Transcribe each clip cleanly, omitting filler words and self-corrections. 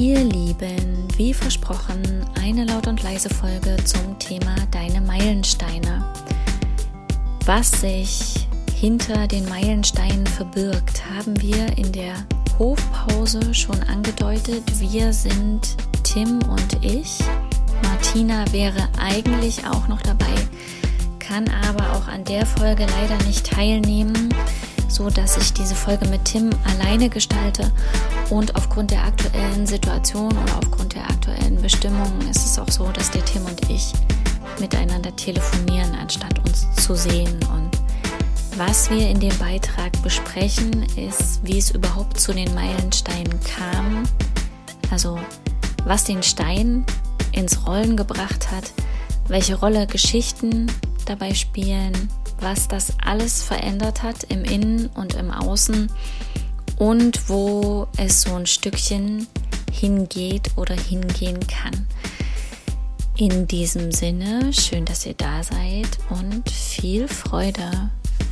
Ihr Lieben, wie versprochen, eine laut und leise Folge zum Thema Deine Meilensteine. Was sich hinter den Meilensteinen verbirgt, haben wir in der Hofpause schon angedeutet. Wir sind Tim und ich. Martina wäre eigentlich auch noch dabei, kann aber auch an der Folge leider nicht teilnehmen, so dass ich diese Folge mit Tim alleine gestalte. Und aufgrund der aktuellen Situation oder aufgrund der aktuellen Bestimmungen ist es auch so, dass der Tim und ich miteinander telefonieren, anstatt uns zu sehen. Und was wir in dem Beitrag besprechen, ist, wie es überhaupt zu den Meilensteinen kam. Also was den Stein ins Rollen gebracht hat, welche Rolle Geschichten dabei spielen, was das alles verändert hat im Innen und im Außen und wo es so ein Stückchen hingeht oder hingehen kann. In diesem Sinne, schön, dass ihr da seid und viel Freude.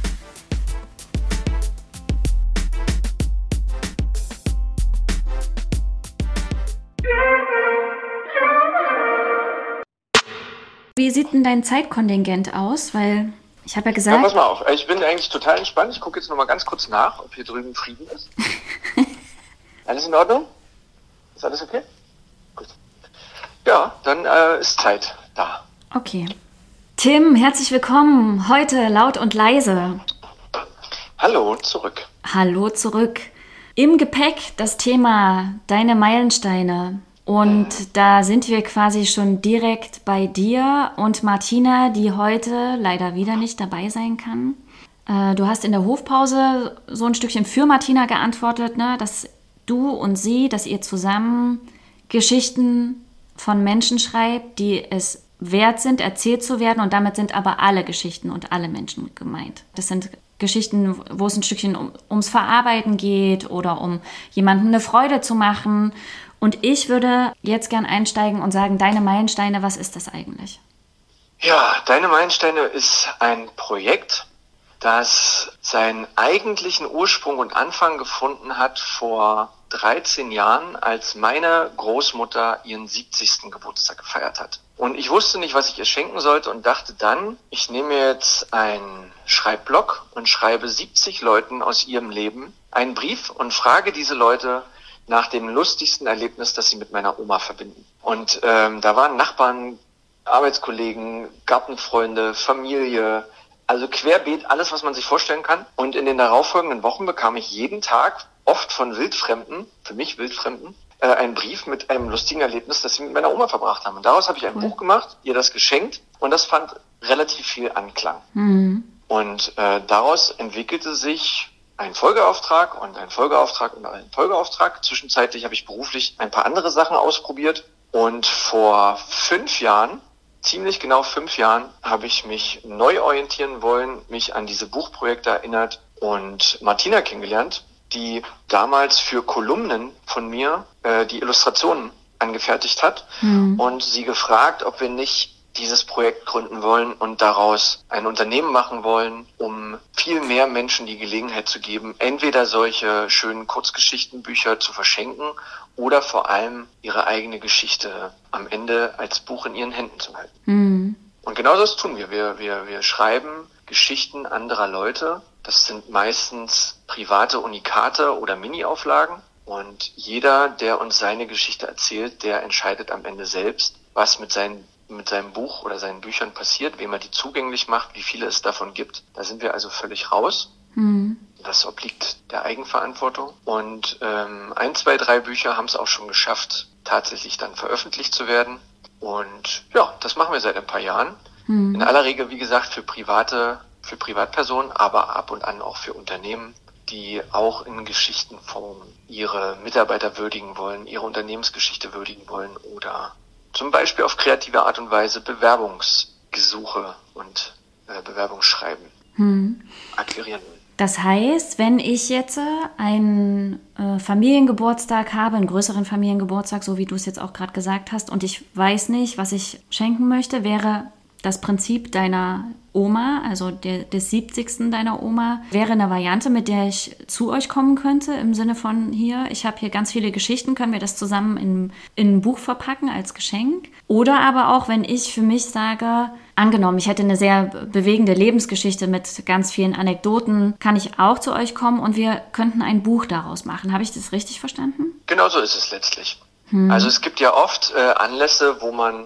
Wie sieht denn dein Zeitkontingent aus? Weil ich habe ja gesagt... Ja, pass mal auf. Ich bin eigentlich total entspannt. Ich gucke jetzt nochmal ganz kurz nach, ob hier drüben Frieden ist. Alles in Ordnung? Ist alles okay? Gut. Ja, dann ist Zeit da. Okay. Tim, herzlich willkommen. Heute laut und leise. Hallo zurück. Hallo zurück. Im Gepäck das Thema Deine Meilensteine. Und da sind wir quasi schon direkt bei dir und Martina, die heute leider wieder nicht dabei sein kann. Du hast in der Hofpause so ein Stückchen für Martina geantwortet, ne? Dass du und sie, dass ihr zusammen Geschichten von Menschen schreibt, die es wert sind, erzählt zu werden. Und damit sind aber alle Geschichten und alle Menschen gemeint. Das sind Geschichten, wo es ein Stückchen ums Verarbeiten geht oder um jemandem eine Freude zu machen. Und ich würde jetzt gern einsteigen und sagen, Deine Meilensteine, was ist das eigentlich? Ja, Deine Meilensteine ist ein Projekt, das seinen eigentlichen Ursprung und Anfang gefunden hat vor 13 Jahren, als meine Großmutter ihren 70. Geburtstag gefeiert hat. Und ich wusste nicht, was ich ihr schenken sollte und dachte dann, ich nehme jetzt einen Schreibblock und schreibe 70 Leuten aus ihrem Leben einen Brief und frage diese Leute nach dem lustigsten Erlebnis, das sie mit meiner Oma verbinden. Und da waren Nachbarn, Arbeitskollegen, Gartenfreunde, Familie, also querbeet, alles, was man sich vorstellen kann. Und in den darauffolgenden Wochen bekam ich jeden Tag, oft von Wildfremden, für mich Wildfremden, einen Brief mit einem lustigen Erlebnis, das sie mit meiner Oma verbracht haben. Und daraus habe ich ein Buch gemacht, ihr das geschenkt und das fand relativ viel Anklang. Mhm. Und daraus entwickelte sich ein Folgeauftrag und ein Folgeauftrag und ein Folgeauftrag. Zwischenzeitlich habe ich beruflich ein paar andere Sachen ausprobiert. Und vor 5 Jahren, ziemlich genau 5 Jahren, habe ich mich neu orientieren wollen, mich an diese Buchprojekte erinnert und Martina kennengelernt, die damals für Kolumnen von mir die Illustrationen angefertigt hat und sie gefragt, ob wir nicht dieses Projekt gründen wollen und daraus ein Unternehmen machen wollen, um viel mehr Menschen die Gelegenheit zu geben, entweder solche schönen Kurzgeschichtenbücher zu verschenken oder vor allem ihre eigene Geschichte am Ende als Buch in ihren Händen zu halten. Mhm. Und genau das tun wir. Wir schreiben Geschichten anderer Leute. Das sind meistens private Unikate oder Mini-Auflagen. Und jeder, der uns seine Geschichte erzählt, der entscheidet am Ende selbst, was mit seinem Buch oder seinen Büchern passiert, wem er die zugänglich macht, wie viele es davon gibt. Da sind wir also völlig raus. Mhm. Das obliegt der Eigenverantwortung. Und 1, 2, 3 Bücher haben es auch schon geschafft, tatsächlich dann veröffentlicht zu werden. Und ja, das machen wir seit ein paar Jahren. Mhm. In aller Regel, wie gesagt, für Privatpersonen, aber ab und an auch für Unternehmen, die auch in Geschichtenform ihre Mitarbeiter würdigen wollen, ihre Unternehmensgeschichte würdigen wollen oder zum Beispiel auf kreative Art und Weise Bewerbungsgesuche und Bewerbungsschreiben akquirieren. Das heißt, wenn ich jetzt einen Familiengeburtstag habe, einen größeren Familiengeburtstag, so wie du es jetzt auch gerade gesagt hast, und ich weiß nicht, was ich schenken möchte, wäre das Prinzip deiner Oma, also des 70. deiner Oma, wäre eine Variante, mit der ich zu euch kommen könnte, im Sinne von hier, ich habe hier ganz viele Geschichten, können wir das zusammen in ein Buch verpacken als Geschenk? Oder aber auch, wenn ich für mich sage, angenommen, ich hätte eine sehr bewegende Lebensgeschichte mit ganz vielen Anekdoten, kann ich auch zu euch kommen und wir könnten ein Buch daraus machen. Habe ich das richtig verstanden? Genau so ist es letztlich. Also es gibt ja oft Anlässe, wo man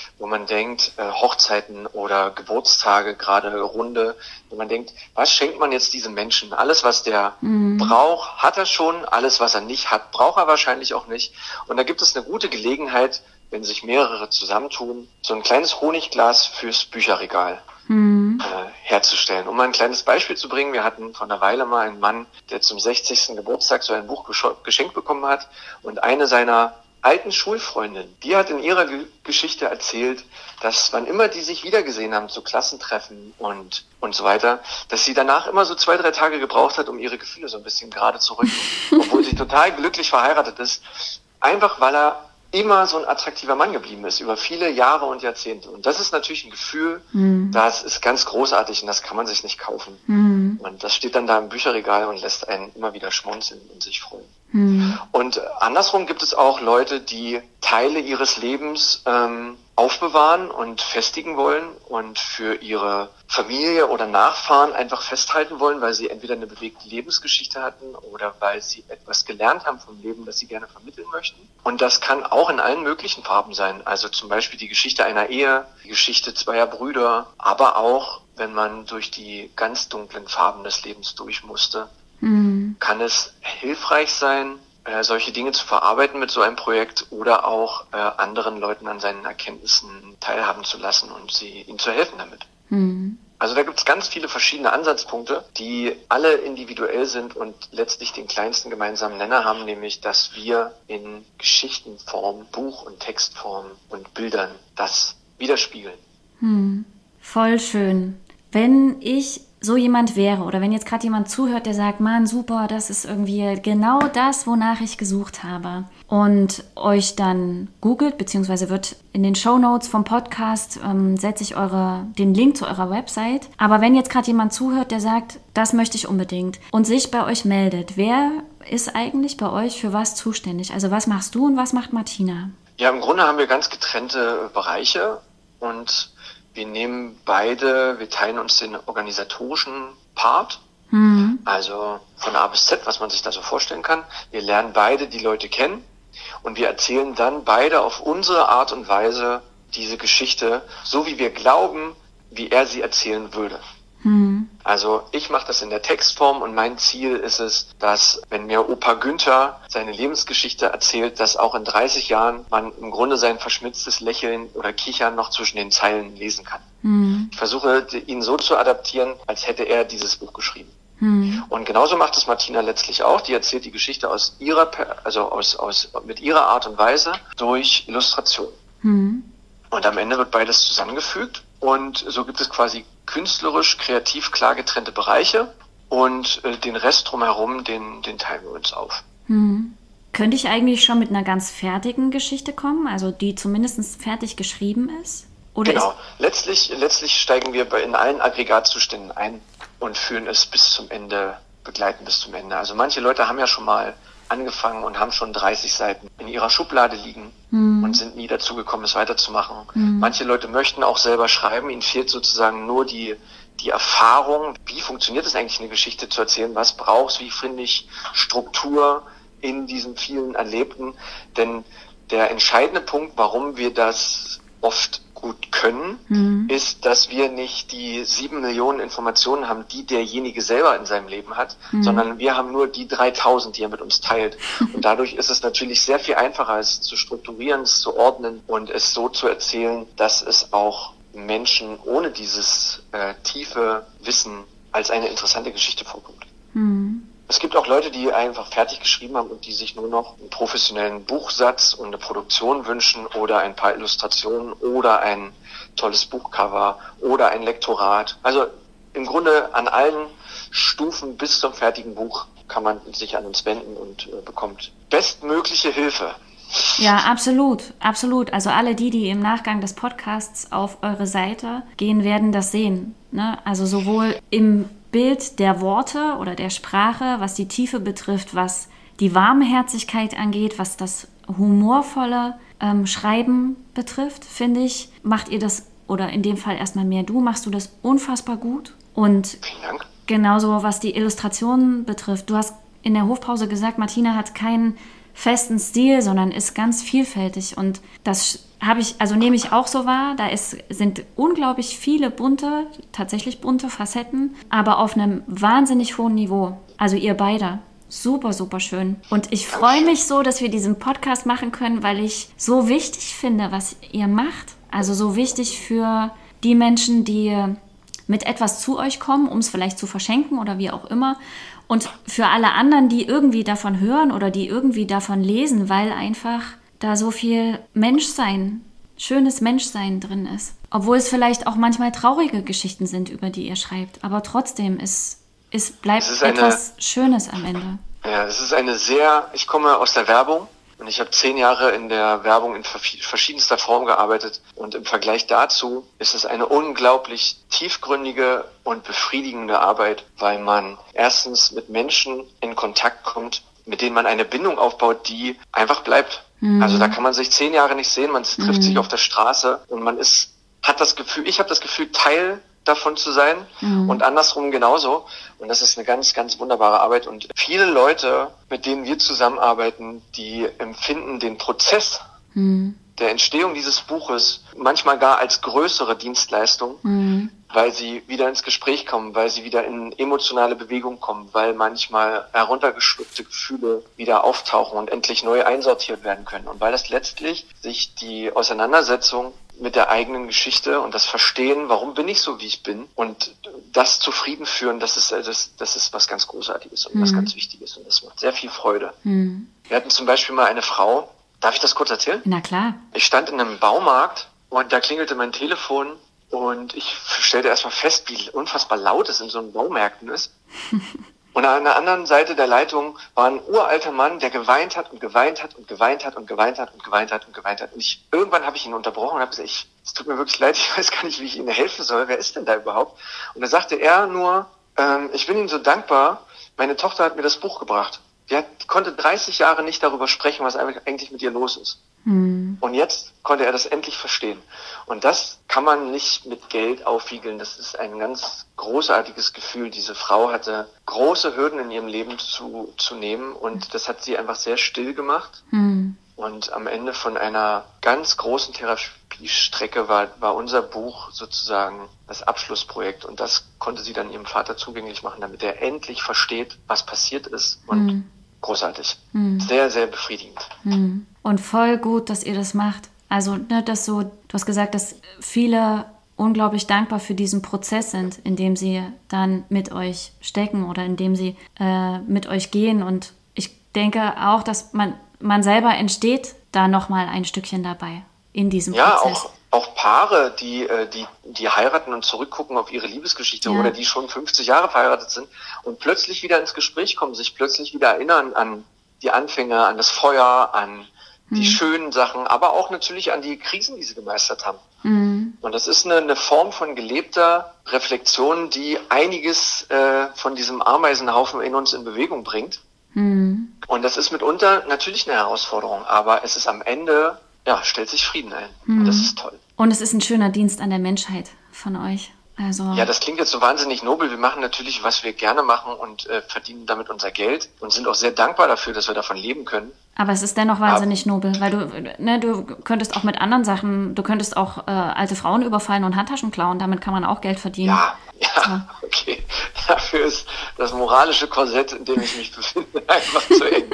denkt, Hochzeiten oder Geburtstage, gerade Runde, wo man denkt, was schenkt man jetzt diesem Menschen? Alles, was der braucht, hat er schon. Alles, was er nicht hat, braucht er wahrscheinlich auch nicht. Und da gibt es eine gute Gelegenheit, wenn sich mehrere zusammentun, so ein kleines Honigglas fürs Bücherregal herzustellen. Um mal ein kleines Beispiel zu bringen, wir hatten vor einer Weile mal einen Mann, der zum 60. Geburtstag so ein Buch geschenkt bekommen hat, und eine seiner alten Schulfreundin, die hat in ihrer Geschichte erzählt, dass wann immer die sich wiedergesehen haben zu Klassentreffen und so weiter, dass sie danach immer so 2-3 Tage gebraucht hat, um ihre Gefühle so ein bisschen gerade zu rücken, obwohl sie total glücklich verheiratet ist, einfach weil er immer so ein attraktiver Mann geblieben ist, über viele Jahre und Jahrzehnte. Und das ist natürlich ein Gefühl, das ist ganz großartig und das kann man sich nicht kaufen. Und das steht dann da im Bücherregal und lässt einen immer wieder schmunzeln und sich freuen. Und andersrum gibt es auch Leute, die Teile ihres Lebens aufbewahren und festigen wollen und für ihre Familie oder Nachfahren einfach festhalten wollen, weil sie entweder eine bewegte Lebensgeschichte hatten oder weil sie etwas gelernt haben vom Leben, das sie gerne vermitteln möchten. Und das kann auch in allen möglichen Farben sein. Also zum Beispiel die Geschichte einer Ehe, die Geschichte zweier Brüder, aber auch, wenn man durch die ganz dunklen Farben des Lebens durch musste, kann es hilfreich sein, solche Dinge zu verarbeiten mit so einem Projekt oder auch anderen Leuten an seinen Erkenntnissen teilhaben zu lassen und ihnen zu helfen damit. Also da gibt es ganz viele verschiedene Ansatzpunkte, die alle individuell sind und letztlich den kleinsten gemeinsamen Nenner haben, nämlich, dass wir in Geschichtenform, Buch- und Textform und Bildern das widerspiegeln. Voll schön. Wenn ich so jemand wäre oder wenn jetzt gerade jemand zuhört, der sagt, Mann, super, das ist irgendwie genau das, wonach ich gesucht habe, und euch dann googelt, beziehungsweise wird in den Shownotes vom Podcast, setze ich den Link zu eurer Website. Aber wenn jetzt gerade jemand zuhört, der sagt, das möchte ich unbedingt und sich bei euch meldet, wer ist eigentlich bei euch für was zuständig? Also was machst du und was macht Martina? Ja, im Grunde haben wir ganz getrennte Bereiche und wir teilen uns den organisatorischen Part, also von A bis Z, was man sich da so vorstellen kann. Wir lernen beide die Leute kennen und wir erzählen dann beide auf unsere Art und Weise diese Geschichte, so wie wir glauben, wie er sie erzählen würde. Also ich mache das in der Textform und mein Ziel ist es, dass, wenn mir Opa Günther seine Lebensgeschichte erzählt, dass auch in 30 Jahren man im Grunde sein verschmitztes Lächeln oder Kichern noch zwischen den Zeilen lesen kann. Ich versuche, ihn so zu adaptieren, als hätte er dieses Buch geschrieben. Und genauso macht es Martina letztlich auch. Die erzählt die Geschichte mit ihrer Art und Weise durch Illustration. Und am Ende wird beides zusammengefügt. Und so gibt es quasi künstlerisch, kreativ klar getrennte Bereiche und den Rest drumherum, den teilen wir uns auf. Könnte ich eigentlich schon mit einer ganz fertigen Geschichte kommen, also die zumindest fertig geschrieben ist? Oder genau, letztlich steigen wir in allen Aggregatzuständen ein und führen es begleiten bis zum Ende. Also manche Leute haben ja schon mal angefangen und haben schon 30 Seiten in ihrer Schublade liegen und sind nie dazu gekommen, es weiterzumachen. Manche Leute möchten auch selber schreiben, ihnen fehlt sozusagen nur die Erfahrung, wie funktioniert es eigentlich, eine Geschichte zu erzählen, was brauchst, wie finde ich Struktur in diesen vielen Erlebten. Denn der entscheidende Punkt, warum wir das oft gut können, ist, dass wir nicht die 7 Millionen Informationen haben, die derjenige selber in seinem Leben hat, sondern wir haben nur die 3000, die er mit uns teilt. Und dadurch ist es natürlich sehr viel einfacher, es zu strukturieren, es zu ordnen und es so zu erzählen, dass es auch Menschen ohne dieses tiefe Wissen als eine interessante Geschichte vorkommt. Es gibt auch Leute, die einfach fertig geschrieben haben und die sich nur noch einen professionellen Buchsatz und eine Produktion wünschen oder ein paar Illustrationen oder ein tolles Buchcover oder ein Lektorat. Also im Grunde an allen Stufen bis zum fertigen Buch kann man sich an uns wenden und bekommt bestmögliche Hilfe. Ja, absolut, absolut. Also alle die im Nachgang des Podcasts auf eure Seite gehen, werden das sehen. Ne? Also sowohl im Bild der Worte oder der Sprache, was die Tiefe betrifft, was die Warmherzigkeit angeht, was das humorvolle Schreiben betrifft, finde ich, macht ihr das, oder in dem Fall erstmal mehr du, machst du das unfassbar gut. Und Vielen Dank. genauso was die Illustrationen betrifft. Du hast in der Hofpause gesagt, Martina hat keinen festen Stil, sondern ist ganz vielfältig. Und das nehme ich auch so wahr. Da sind unglaublich viele tatsächlich bunte Facetten, aber auf einem wahnsinnig hohen Niveau. Also ihr beide. Super, super schön. Und ich freue mich so, dass wir diesen Podcast machen können, weil ich so wichtig finde, was ihr macht. Also so wichtig für die Menschen, die mit etwas zu euch kommen, um es vielleicht zu verschenken oder wie auch immer. Und für alle anderen, die irgendwie davon hören oder die irgendwie davon lesen, weil einfach da so viel Menschsein, schönes Menschsein drin ist. Obwohl es vielleicht auch manchmal traurige Geschichten sind, über die ihr schreibt. Aber trotzdem, bleibt etwas Schönes am Ende. Ja, ich komme aus der Werbung. Und ich habe 10 Jahre in der Werbung in verschiedenster Form gearbeitet. Und im Vergleich dazu ist es eine unglaublich tiefgründige und befriedigende Arbeit, weil man erstens mit Menschen in Kontakt kommt, mit denen man eine Bindung aufbaut, die einfach bleibt. Mhm. Also da kann man sich 10 Jahre nicht sehen, man trifft sich auf der Straße und ich habe das Gefühl, Teil davon zu sein und andersrum genauso. Und das ist eine ganz, ganz wunderbare Arbeit. Und viele Leute, mit denen wir zusammenarbeiten, die empfinden den Prozess der Entstehung dieses Buches manchmal gar als größere Dienstleistung, weil sie wieder ins Gespräch kommen, weil sie wieder in emotionale Bewegung kommen, weil manchmal heruntergeschluckte Gefühle wieder auftauchen und endlich neu einsortiert werden können. Und weil das letztlich sich die Auseinandersetzung mit der eigenen Geschichte und das Verstehen, warum bin ich so, wie ich bin, und das zufrieden führen, das ist was ganz Großartiges und was ganz Wichtiges und das macht sehr viel Freude. Wir hatten zum Beispiel mal eine Frau, darf ich das kurz erzählen? Na klar. Ich stand in einem Baumarkt und da klingelte mein Telefon und ich stellte erstmal fest, wie unfassbar laut es in so einem Baumärkten ist. Und an der anderen Seite der Leitung war ein uralter Mann, der geweint hat und geweint hat und geweint hat und geweint hat und geweint hat und geweint hat. Und irgendwann habe ich ihn unterbrochen und habe gesagt, es tut mir wirklich leid, ich weiß gar nicht, wie ich Ihnen helfen soll. Wer ist denn da überhaupt? Und da sagte er nur, ich bin Ihnen so dankbar, meine Tochter hat mir das Buch gebracht. Die konnte 30 Jahre nicht darüber sprechen, was eigentlich mit ihr los ist. Und jetzt konnte er das endlich verstehen. Und das kann man nicht mit Geld aufwiegeln. Das ist ein ganz großartiges Gefühl. Diese Frau hatte große Hürden in ihrem Leben zu nehmen und das hat sie einfach sehr still gemacht. Und am Ende von einer ganz großen Therapiestrecke war unser Buch sozusagen das Abschlussprojekt und das konnte sie dann ihrem Vater zugänglich machen, damit er endlich versteht, was passiert ist und großartig. Sehr, sehr befriedigend. Und voll gut, dass ihr das macht. Also, du hast gesagt, dass viele unglaublich dankbar für diesen Prozess sind, in dem sie dann mit euch stecken oder in dem sie mit euch gehen. Und ich denke auch, dass man selber entsteht da nochmal ein Stückchen dabei in diesem Prozess. Ja, auch Paare, die heiraten und zurückgucken auf ihre Liebesgeschichte oder die schon 50 Jahre verheiratet sind und plötzlich wieder ins Gespräch kommen, sich plötzlich wieder erinnern an die Anfänge, an das Feuer, an die schönen Sachen, aber auch natürlich an die Krisen, die sie gemeistert haben. Und das ist eine Form von gelebter Reflexion, die einiges von diesem Ameisenhaufen in uns in Bewegung bringt. Und das ist mitunter natürlich eine Herausforderung, aber es ist am Ende, stellt sich Frieden ein. Und das ist toll. Und es ist ein schöner Dienst an der Menschheit von euch. Also ja, das klingt jetzt so wahnsinnig nobel. Wir machen natürlich, was wir gerne machen und verdienen damit unser Geld und sind auch sehr dankbar dafür, dass wir davon leben können. Aber es ist dennoch wahnsinnig nobel, weil du könntest auch mit anderen Sachen, du könntest auch alte Frauen überfallen und Handtaschen klauen, damit kann man auch Geld verdienen. Ja, okay. Dafür ist das moralische Korsett, in dem ich mich befinde, einfach zu eng.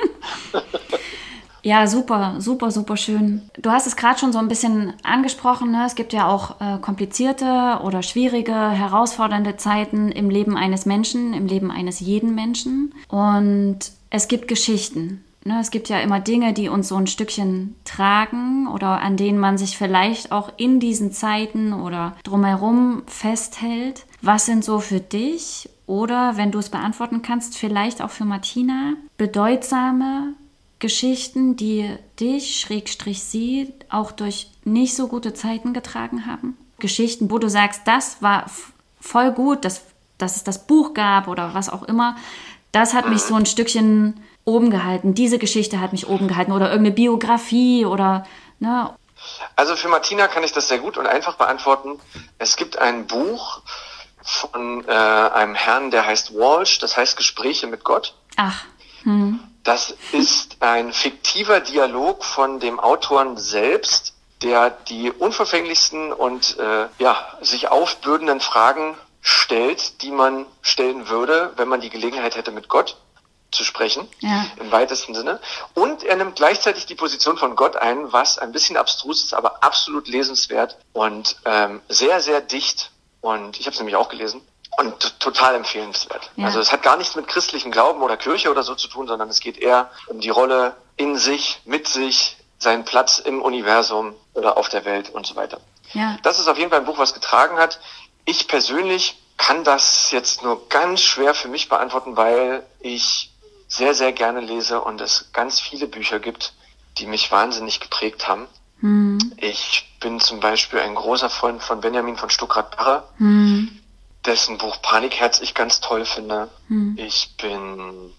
Ja, super, super, super schön. Du hast es gerade schon so ein bisschen angesprochen, ne? Es gibt ja auch komplizierte oder schwierige, herausfordernde Zeiten im Leben eines Menschen, im Leben eines jeden Menschen. Und es gibt Geschichten. Ne? Es gibt ja immer Dinge, die uns so ein Stückchen tragen oder an denen man sich vielleicht auch in diesen Zeiten oder drumherum festhält. Was sind so für dich oder, wenn du es beantworten kannst, vielleicht auch für Martina, bedeutsame Geschichten, die dich, sie, auch durch nicht so gute Zeiten getragen haben? Geschichten, wo du sagst, das war voll gut, dass es das Buch gab oder was auch immer. Das hat mich so ein Stückchen oben gehalten. Diese Geschichte hat mich oben gehalten. Oder irgendeine Biografie oder... Ne? Also für Martina kann ich das sehr gut und einfach beantworten. Es gibt ein Buch von einem Herrn, der heißt Walsh, das heißt Gespräche mit Gott. Ach. Das ist ein fiktiver Dialog von dem Autoren selbst, der die unverfänglichsten und sich aufbürdenden Fragen stellt, die man stellen würde, wenn man die Gelegenheit hätte, mit Gott zu sprechen, im weitesten Sinne. Und er nimmt gleichzeitig die Position von Gott ein, was ein bisschen abstrus ist, aber absolut lesenswert und sehr, sehr dicht. Und ich habe es nämlich auch gelesen. Und total empfehlenswert. Ja. Also es hat gar nichts mit christlichem Glauben oder Kirche oder so zu tun, sondern es geht eher um die Rolle in sich, mit sich, seinen Platz im Universum oder auf der Welt und so weiter. Ja. Das ist auf jeden Fall ein Buch, was getragen hat. Ich persönlich kann das jetzt nur ganz schwer für mich beantworten, weil ich sehr, sehr gerne lese und es ganz viele Bücher gibt, die mich wahnsinnig geprägt haben. Ich bin zum Beispiel ein großer Freund von Benjamin von Stuckrad-Barre, dessen Buch Panikherz ich ganz toll finde. Ich bin...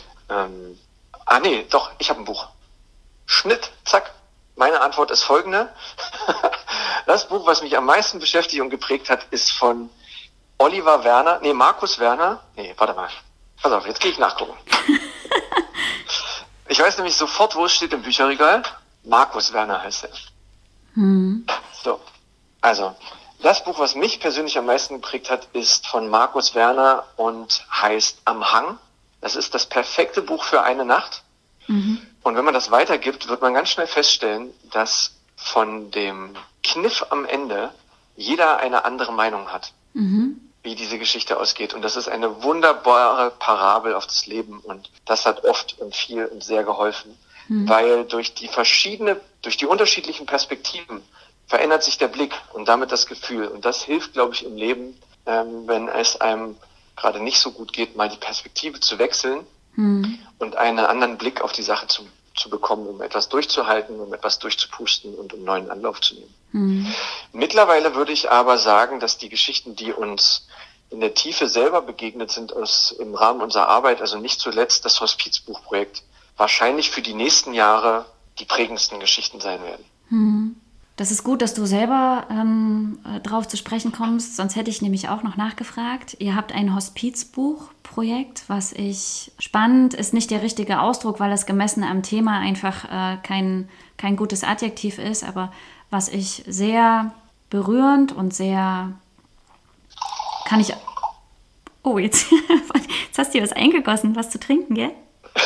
ich habe ein Buch. Schnitt, zack. Meine Antwort ist folgende. Das Buch, was mich am meisten beschäftigt und geprägt hat, ist von Markus Werner. Warte mal. Pass auf, jetzt gehe ich nachgucken. Ich weiß nämlich sofort, wo es steht im Bücherregal. Markus Werner heißt er. So, also, das Buch, was mich persönlich am meisten geprägt hat, ist von Markus Werner und heißt Am Hang. Das ist das perfekte Buch für eine Nacht. Und wenn man das weitergibt, wird man ganz schnell feststellen, dass von dem Kniff am Ende jeder eine andere Meinung hat, wie diese Geschichte ausgeht. Und das ist eine wunderbare Parabel auf das Leben. Und das hat oft und viel und sehr geholfen, weil durch die unterschiedlichen Perspektiven verändert sich der Blick und damit das Gefühl. Und das hilft, glaube ich, im Leben, wenn es einem gerade nicht so gut geht, mal die Perspektive zu wechseln und einen anderen Blick auf die Sache zu bekommen, um etwas durchzuhalten, um etwas durchzupusten und um neuen Anlauf zu nehmen. Mittlerweile würde ich aber sagen, dass die Geschichten, die uns in der Tiefe selber begegnet sind im Rahmen unserer Arbeit, also nicht zuletzt das Hospizbuchprojekt, wahrscheinlich für die nächsten Jahre die prägendsten Geschichten sein werden. Das ist gut, dass du selber drauf zu sprechen kommst, sonst hätte ich nämlich auch noch nachgefragt. Ihr habt ein Hospizbuchprojekt, was ich spannend ist, nicht der richtige Ausdruck, weil es gemessen am Thema einfach kein gutes Adjektiv ist, aber was ich sehr berührend und sehr jetzt hast du dir was eingegossen, was zu trinken, gell?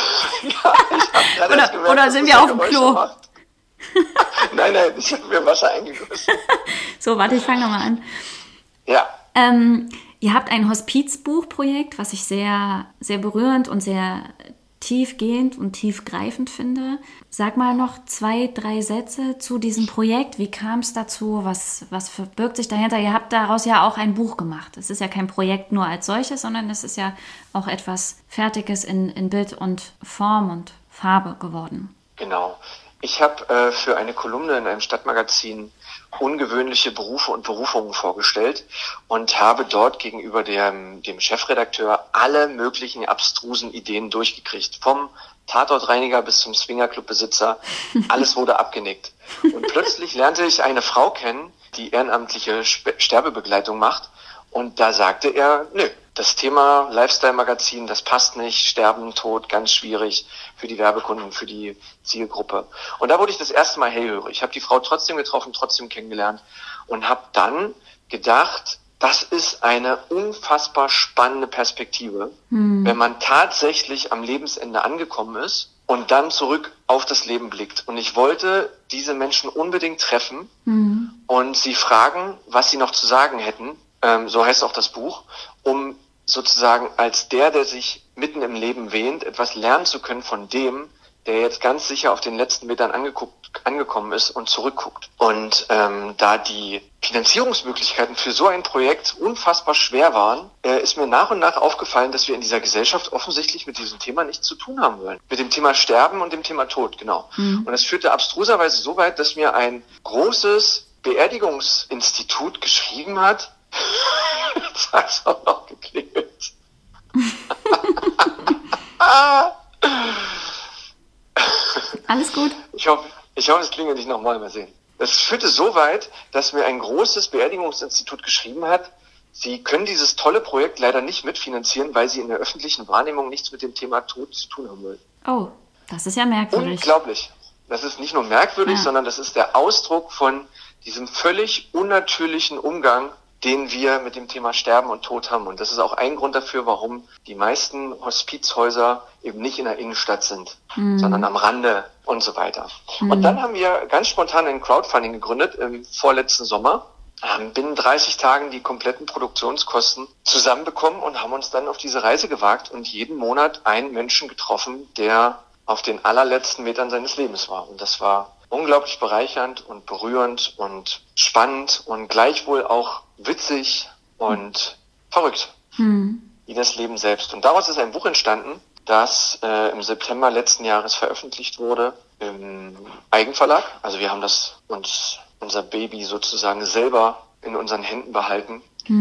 Ja, oder sind wir auf dem Klo? Nein, ich habe mir Wasser eingegossen. So, warte, ich fange nochmal an. Ja. Ihr habt ein Hospizbuchprojekt, was ich sehr, sehr berührend und sehr tiefgehend und tiefgreifend finde. Sag mal noch 2, 3 Sätze zu diesem Projekt. Wie kam es dazu? Was verbirgt sich dahinter? Ihr habt daraus ja auch ein Buch gemacht. Es ist ja kein Projekt nur als solches, sondern es ist ja auch etwas Fertiges in Bild und Form und Farbe geworden. Genau. Ich habe für eine Kolumne in einem Stadtmagazin ungewöhnliche Berufe und Berufungen vorgestellt und habe dort gegenüber dem Chefredakteur alle möglichen abstrusen Ideen durchgekriegt. Vom Tatortreiniger bis zum Swingerclubbesitzer, alles wurde abgenickt. Und plötzlich lernte ich eine Frau kennen, die ehrenamtliche Sterbebegleitung macht. Und da sagte er, nö, das Thema Lifestyle-Magazin, das passt nicht, Sterben, Tod, ganz schwierig für die Werbekunden, für die Zielgruppe. Und da wurde ich das erste Mal hellhörig. Ich habe die Frau trotzdem getroffen, trotzdem kennengelernt und habe dann gedacht, das ist eine unfassbar spannende Perspektive, wenn man tatsächlich am Lebensende angekommen ist und dann zurück auf das Leben blickt. Und ich wollte diese Menschen unbedingt treffen und sie fragen, was sie noch zu sagen hätten. So heißt auch das Buch, um sozusagen als der sich mitten im Leben wähnt, etwas lernen zu können von dem, der jetzt ganz sicher auf den letzten Metern angekommen ist und zurückguckt. Und da die Finanzierungsmöglichkeiten für so ein Projekt unfassbar schwer waren, ist mir nach und nach aufgefallen, dass wir in dieser Gesellschaft offensichtlich mit diesem Thema nichts zu tun haben wollen. Mit dem Thema Sterben und dem Thema Tod, genau. Und das führte abstruserweise so weit, dass mir ein großes Beerdigungsinstitut geschrieben hat. Jetzt hat es auch noch geklingelt. Alles gut. Ich hoffe, es klingelt nicht nochmal. Mal sehen. Das führte so weit, dass mir ein großes Beerdigungsinstitut geschrieben hat, sie können dieses tolle Projekt leider nicht mitfinanzieren, weil sie in der öffentlichen Wahrnehmung nichts mit dem Thema Tod zu tun haben wollen. Oh, das ist ja merkwürdig. Unglaublich. Das ist nicht nur merkwürdig, sondern das ist der Ausdruck von diesem völlig unnatürlichen Umgang, den wir mit dem Thema Sterben und Tod haben. Und das ist auch ein Grund dafür, warum die meisten Hospizhäuser eben nicht in der Innenstadt sind, sondern am Rande und so weiter. Und dann haben wir ganz spontan ein Crowdfunding gegründet im vorletzten Sommer, haben binnen 30 Tagen die kompletten Produktionskosten zusammenbekommen und haben uns dann auf diese Reise gewagt und jeden Monat einen Menschen getroffen, der auf den allerletzten Metern seines Lebens war. Und das war unglaublich bereichernd und berührend und spannend und gleichwohl auch witzig und verrückt, wie das Leben selbst. Und daraus ist ein Buch entstanden, das im September letzten Jahres veröffentlicht wurde im Eigenverlag. Also wir haben unser Baby sozusagen selber in unseren Händen behalten.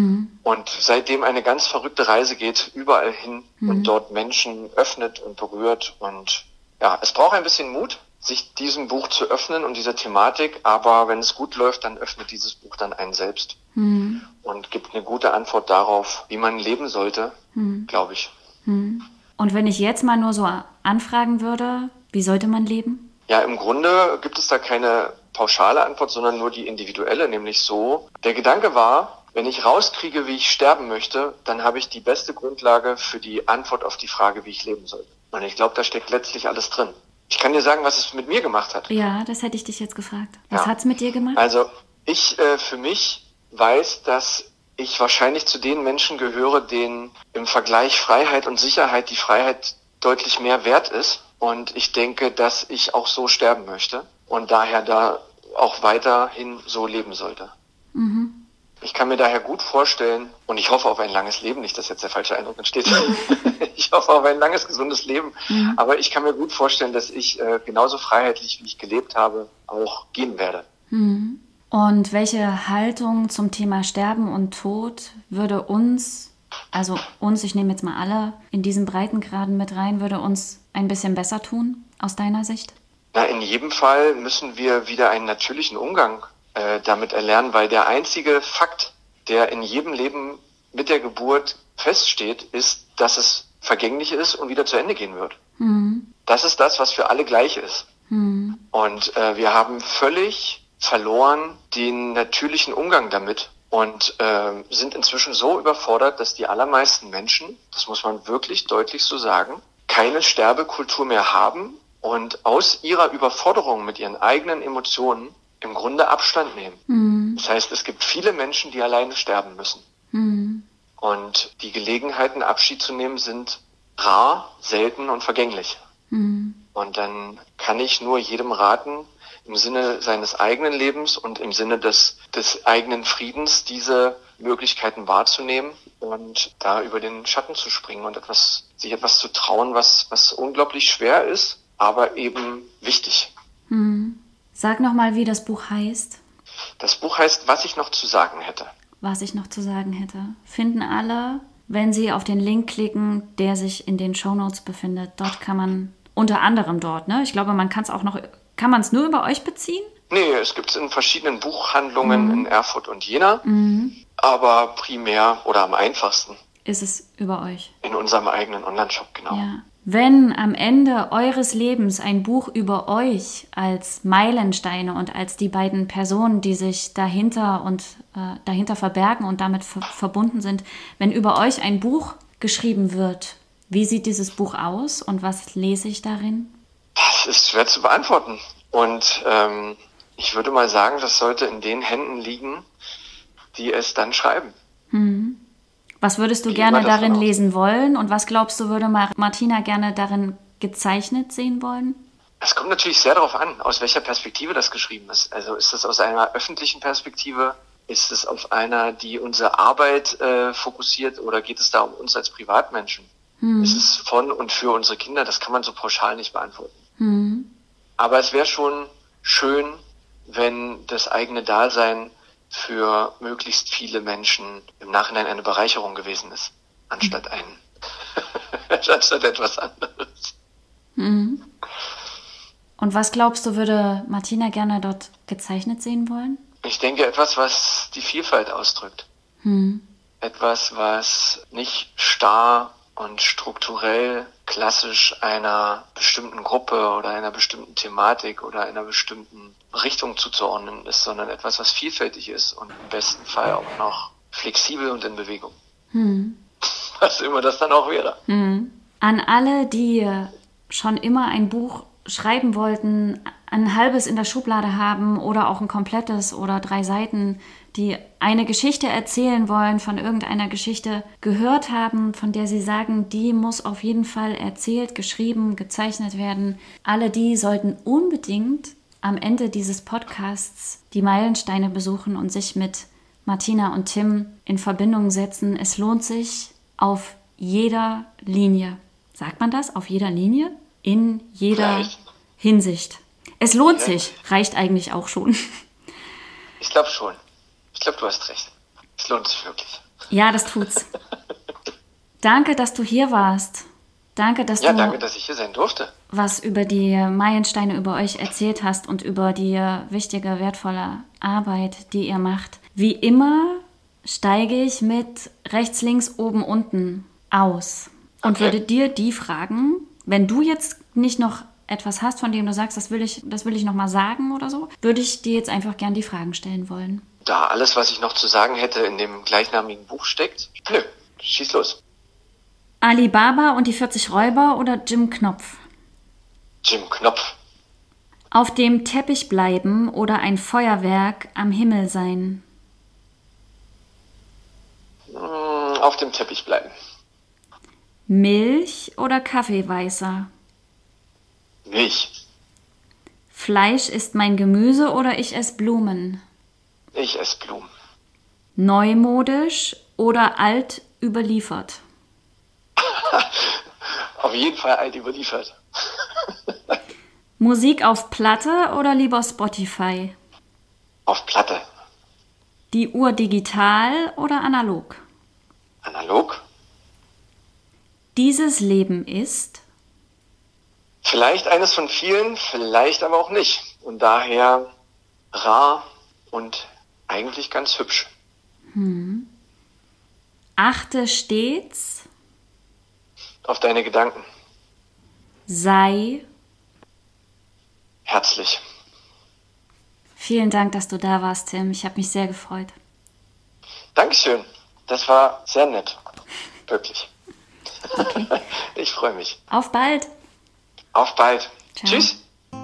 Und seitdem eine ganz verrückte Reise geht, überall hin und dort Menschen öffnet und berührt. Und ja, es braucht ein bisschen Mut, sich diesem Buch zu öffnen und dieser Thematik, aber wenn es gut läuft, dann öffnet dieses Buch dann einen selbst und gibt eine gute Antwort darauf, wie man leben sollte, glaube ich. Und wenn ich jetzt mal nur so anfragen würde, wie sollte man leben? Ja, im Grunde gibt es da keine pauschale Antwort, sondern nur die individuelle, nämlich so, der Gedanke war, wenn ich rauskriege, wie ich sterben möchte, dann habe ich die beste Grundlage für die Antwort auf die Frage, wie ich leben soll. Und ich glaube, da steckt letztlich alles drin. Ich kann dir sagen, was es mit mir gemacht hat. Ja, das hätte ich dich jetzt gefragt. Was hat's mit dir gemacht? Also ich für mich weiß, dass ich wahrscheinlich zu den Menschen gehöre, denen im Vergleich Freiheit und Sicherheit die Freiheit deutlich mehr wert ist. Und ich denke, dass ich auch so sterben möchte und daher da auch weiterhin so leben sollte. Ich kann mir daher gut vorstellen, und ich hoffe auf ein langes Leben, nicht, dass jetzt der falsche Eindruck entsteht. Ich hoffe auf ein langes, gesundes Leben. Aber ich kann mir gut vorstellen, dass ich genauso freiheitlich, wie ich gelebt habe, auch gehen werde. Und welche Haltung zum Thema Sterben und Tod würde uns, ich nehme jetzt mal alle in diesen Breitengraden mit rein, würde uns ein bisschen besser tun, aus deiner Sicht? Na, in jedem Fall müssen wir wieder einen natürlichen Umgang damit erlernen, weil der einzige Fakt, der in jedem Leben mit der Geburt feststeht, ist, dass es vergänglich ist und wieder zu Ende gehen wird. Das ist das, was für alle gleich ist. Und wir haben völlig verloren den natürlichen Umgang damit und sind inzwischen so überfordert, dass die allermeisten Menschen, das muss man wirklich deutlich so sagen, keine Sterbekultur mehr haben und aus ihrer Überforderung mit ihren eigenen Emotionen im Grunde Abstand nehmen. Das heißt, es gibt viele Menschen, die alleine sterben müssen. Und die Gelegenheiten, Abschied zu nehmen, sind rar, selten und vergänglich. Und dann kann ich nur jedem raten, im Sinne seines eigenen Lebens und im Sinne des eigenen Friedens diese Möglichkeiten wahrzunehmen und da über den Schatten zu springen und sich etwas zu trauen, was unglaublich schwer ist, aber eben wichtig. Sag nochmal, wie das Buch heißt. Das Buch heißt, was ich noch zu sagen hätte. Was ich noch zu sagen hätte. Finden alle, wenn sie auf den Link klicken, der sich in den Shownotes befindet. Dort kann man, unter anderem dort, ne? Ich glaube, man kann es auch noch, kann man es nur über euch beziehen? Nee, es gibt es in verschiedenen Buchhandlungen in Erfurt und Jena. Aber primär oder am einfachsten ist es über euch. In unserem eigenen Onlineshop, genau. Ja. Wenn am Ende eures Lebens ein Buch über euch als Meilensteine und als die beiden Personen, die sich dahinter verbergen und damit verbunden sind, wenn über euch ein Buch geschrieben wird, wie sieht dieses Buch aus und was lese ich darin? Das ist schwer zu beantworten. Und ich würde mal sagen, das sollte in den Händen liegen, die es dann schreiben. Was würdest du gerne darin lesen wollen und was glaubst du, würde Martina gerne darin gezeichnet sehen wollen? Es kommt natürlich sehr darauf an, aus welcher Perspektive das geschrieben ist. Also ist das aus einer öffentlichen Perspektive? Ist es auf einer, die unsere Arbeit fokussiert, oder geht es da um uns als Privatmenschen? Ist es von und für unsere Kinder? Das kann man so pauschal nicht beantworten. Aber es wäre schon schön, wenn das eigene Dasein für möglichst viele Menschen im Nachhinein eine Bereicherung gewesen ist, anstatt anstatt etwas anderes. Und was glaubst du, würde Martina gerne dort gezeichnet sehen wollen? Ich denke, etwas, was die Vielfalt ausdrückt. Etwas, was nicht starr und strukturell klassisch einer bestimmten Gruppe oder einer bestimmten Thematik oder einer bestimmten Richtung zuzuordnen ist, sondern etwas, was vielfältig ist und im besten Fall auch noch flexibel und in Bewegung. Was immer das dann auch wäre. An alle, die schon immer ein Buch schreiben wollten, ein halbes in der Schublade haben oder auch ein komplettes oder 3 Seiten, die eine Geschichte erzählen wollen, von irgendeiner Geschichte gehört haben, von der sie sagen, die muss auf jeden Fall erzählt, geschrieben, gezeichnet werden. Alle die sollten unbedingt am Ende dieses Podcasts die Meilensteine besuchen und sich mit Martina und Tim in Verbindung setzen. Es lohnt sich auf jeder Linie. Sagt man das? Auf jeder Linie? In jeder Hinsicht. Es lohnt sich, reicht eigentlich auch schon. Ich glaube schon. Ich glaube, du hast recht. Es lohnt sich wirklich. Ja, das tut's. Danke, dass du hier warst. Danke, dass ich hier sein durfte. Was über die Meilensteine über euch erzählt hast und über die wichtige, wertvolle Arbeit, die ihr macht. Wie immer steige ich mit rechts, links, oben, unten aus und würde dir die fragen, wenn du jetzt nicht noch etwas hast, von dem du sagst, das will ich noch mal sagen oder so, würde ich dir jetzt einfach gern die Fragen stellen wollen. Da alles, was ich noch zu sagen hätte, in dem gleichnamigen Buch steckt, nö, schieß los. Alibaba und die 40 Räuber oder Jim Knopf? Jim Knopf. Auf dem Teppich bleiben oder ein Feuerwerk am Himmel sein? Auf dem Teppich bleiben. Milch oder Kaffeeweißer? Milch. Fleisch ist mein Gemüse oder ich esse Blumen? Ich esse Blumen. Neumodisch oder alt überliefert? Auf jeden Fall alt überliefert. Musik auf Platte oder lieber Spotify? Auf Platte. Die Uhr digital oder analog? Analog. Dieses Leben ist? Vielleicht eines von vielen, vielleicht aber auch nicht. Und daher rar und eigentlich ganz hübsch. Achte stets auf deine Gedanken. Sei herzlich. Vielen Dank, dass du da warst, Tim. Ich habe mich sehr gefreut. Dankeschön. Das war sehr nett. Wirklich. Okay. Ich freue mich. Auf bald. Auf bald. Ciao. Tschüss.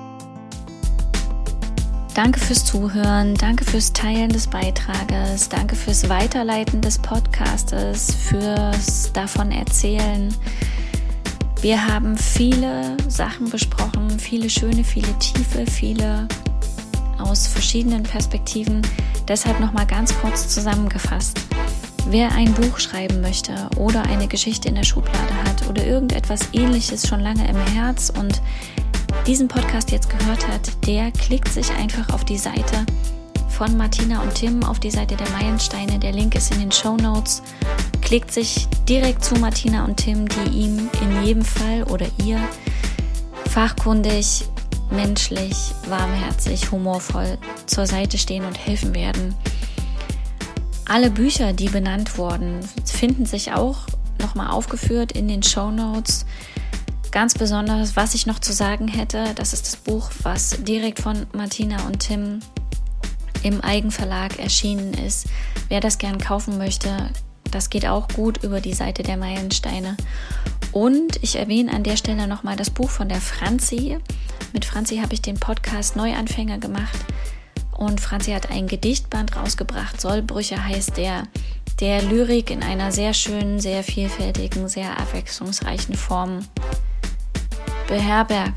Danke fürs Zuhören, danke fürs Teilen des Beitrages, danke fürs Weiterleiten des Podcastes, fürs davon Erzählen. Wir haben viele Sachen besprochen, viele schöne, viele tiefe, viele aus verschiedenen Perspektiven. Deshalb nochmal ganz kurz zusammengefasst. Wer ein Buch schreiben möchte oder eine Geschichte in der Schublade hat oder irgendetwas Ähnliches schon lange im Herz und diesen Podcast jetzt gehört hat, der klickt sich einfach auf die Seite von Martina und Tim, auf die Seite der Meilensteine. Der Link ist in den Shownotes. Klickt sich direkt zu Martina und Tim, die ihm in jedem Fall oder ihr fachkundig, menschlich, warmherzig, humorvoll zur Seite stehen und helfen werden. Alle Bücher, die benannt wurden, finden sich auch nochmal aufgeführt in den Shownotes. Ganz besonders, was ich noch zu sagen hätte, das ist das Buch, was direkt von Martina und Tim im Eigenverlag erschienen ist. Wer das gern kaufen möchte, das geht auch gut über die Seite der Meilensteine. Und ich erwähne an der Stelle nochmal das Buch von der Franzi. Mit Franzi habe ich den Podcast Neuanfänger gemacht. Und Franzi hat ein Gedichtband rausgebracht. Sollbrüche heißt der Lyrik in einer sehr schönen, sehr vielfältigen, sehr abwechslungsreichen Form beherbergt.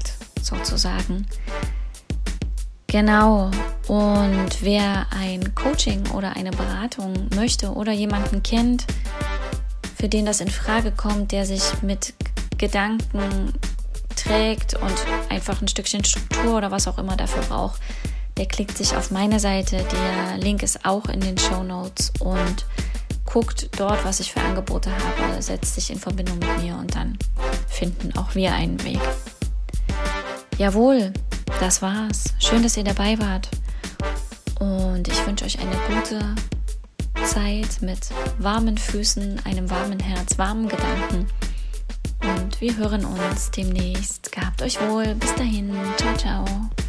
sozusagen. Genau, und wer ein Coaching oder eine Beratung möchte oder jemanden kennt, für den das in Frage kommt, der sich mit Gedanken trägt und einfach ein Stückchen Struktur oder was auch immer dafür braucht, der klickt sich auf meine Seite, der Link ist auch in den Shownotes und guckt dort, was ich für Angebote habe, setzt sich in Verbindung mit mir und dann finden auch wir einen Weg. Jawohl, das war's. Schön, dass ihr dabei wart. Und ich wünsche euch eine gute Zeit mit warmen Füßen, einem warmen Herz, warmen Gedanken. Und wir hören uns demnächst. Gehabt euch wohl. Bis dahin. Ciao, ciao.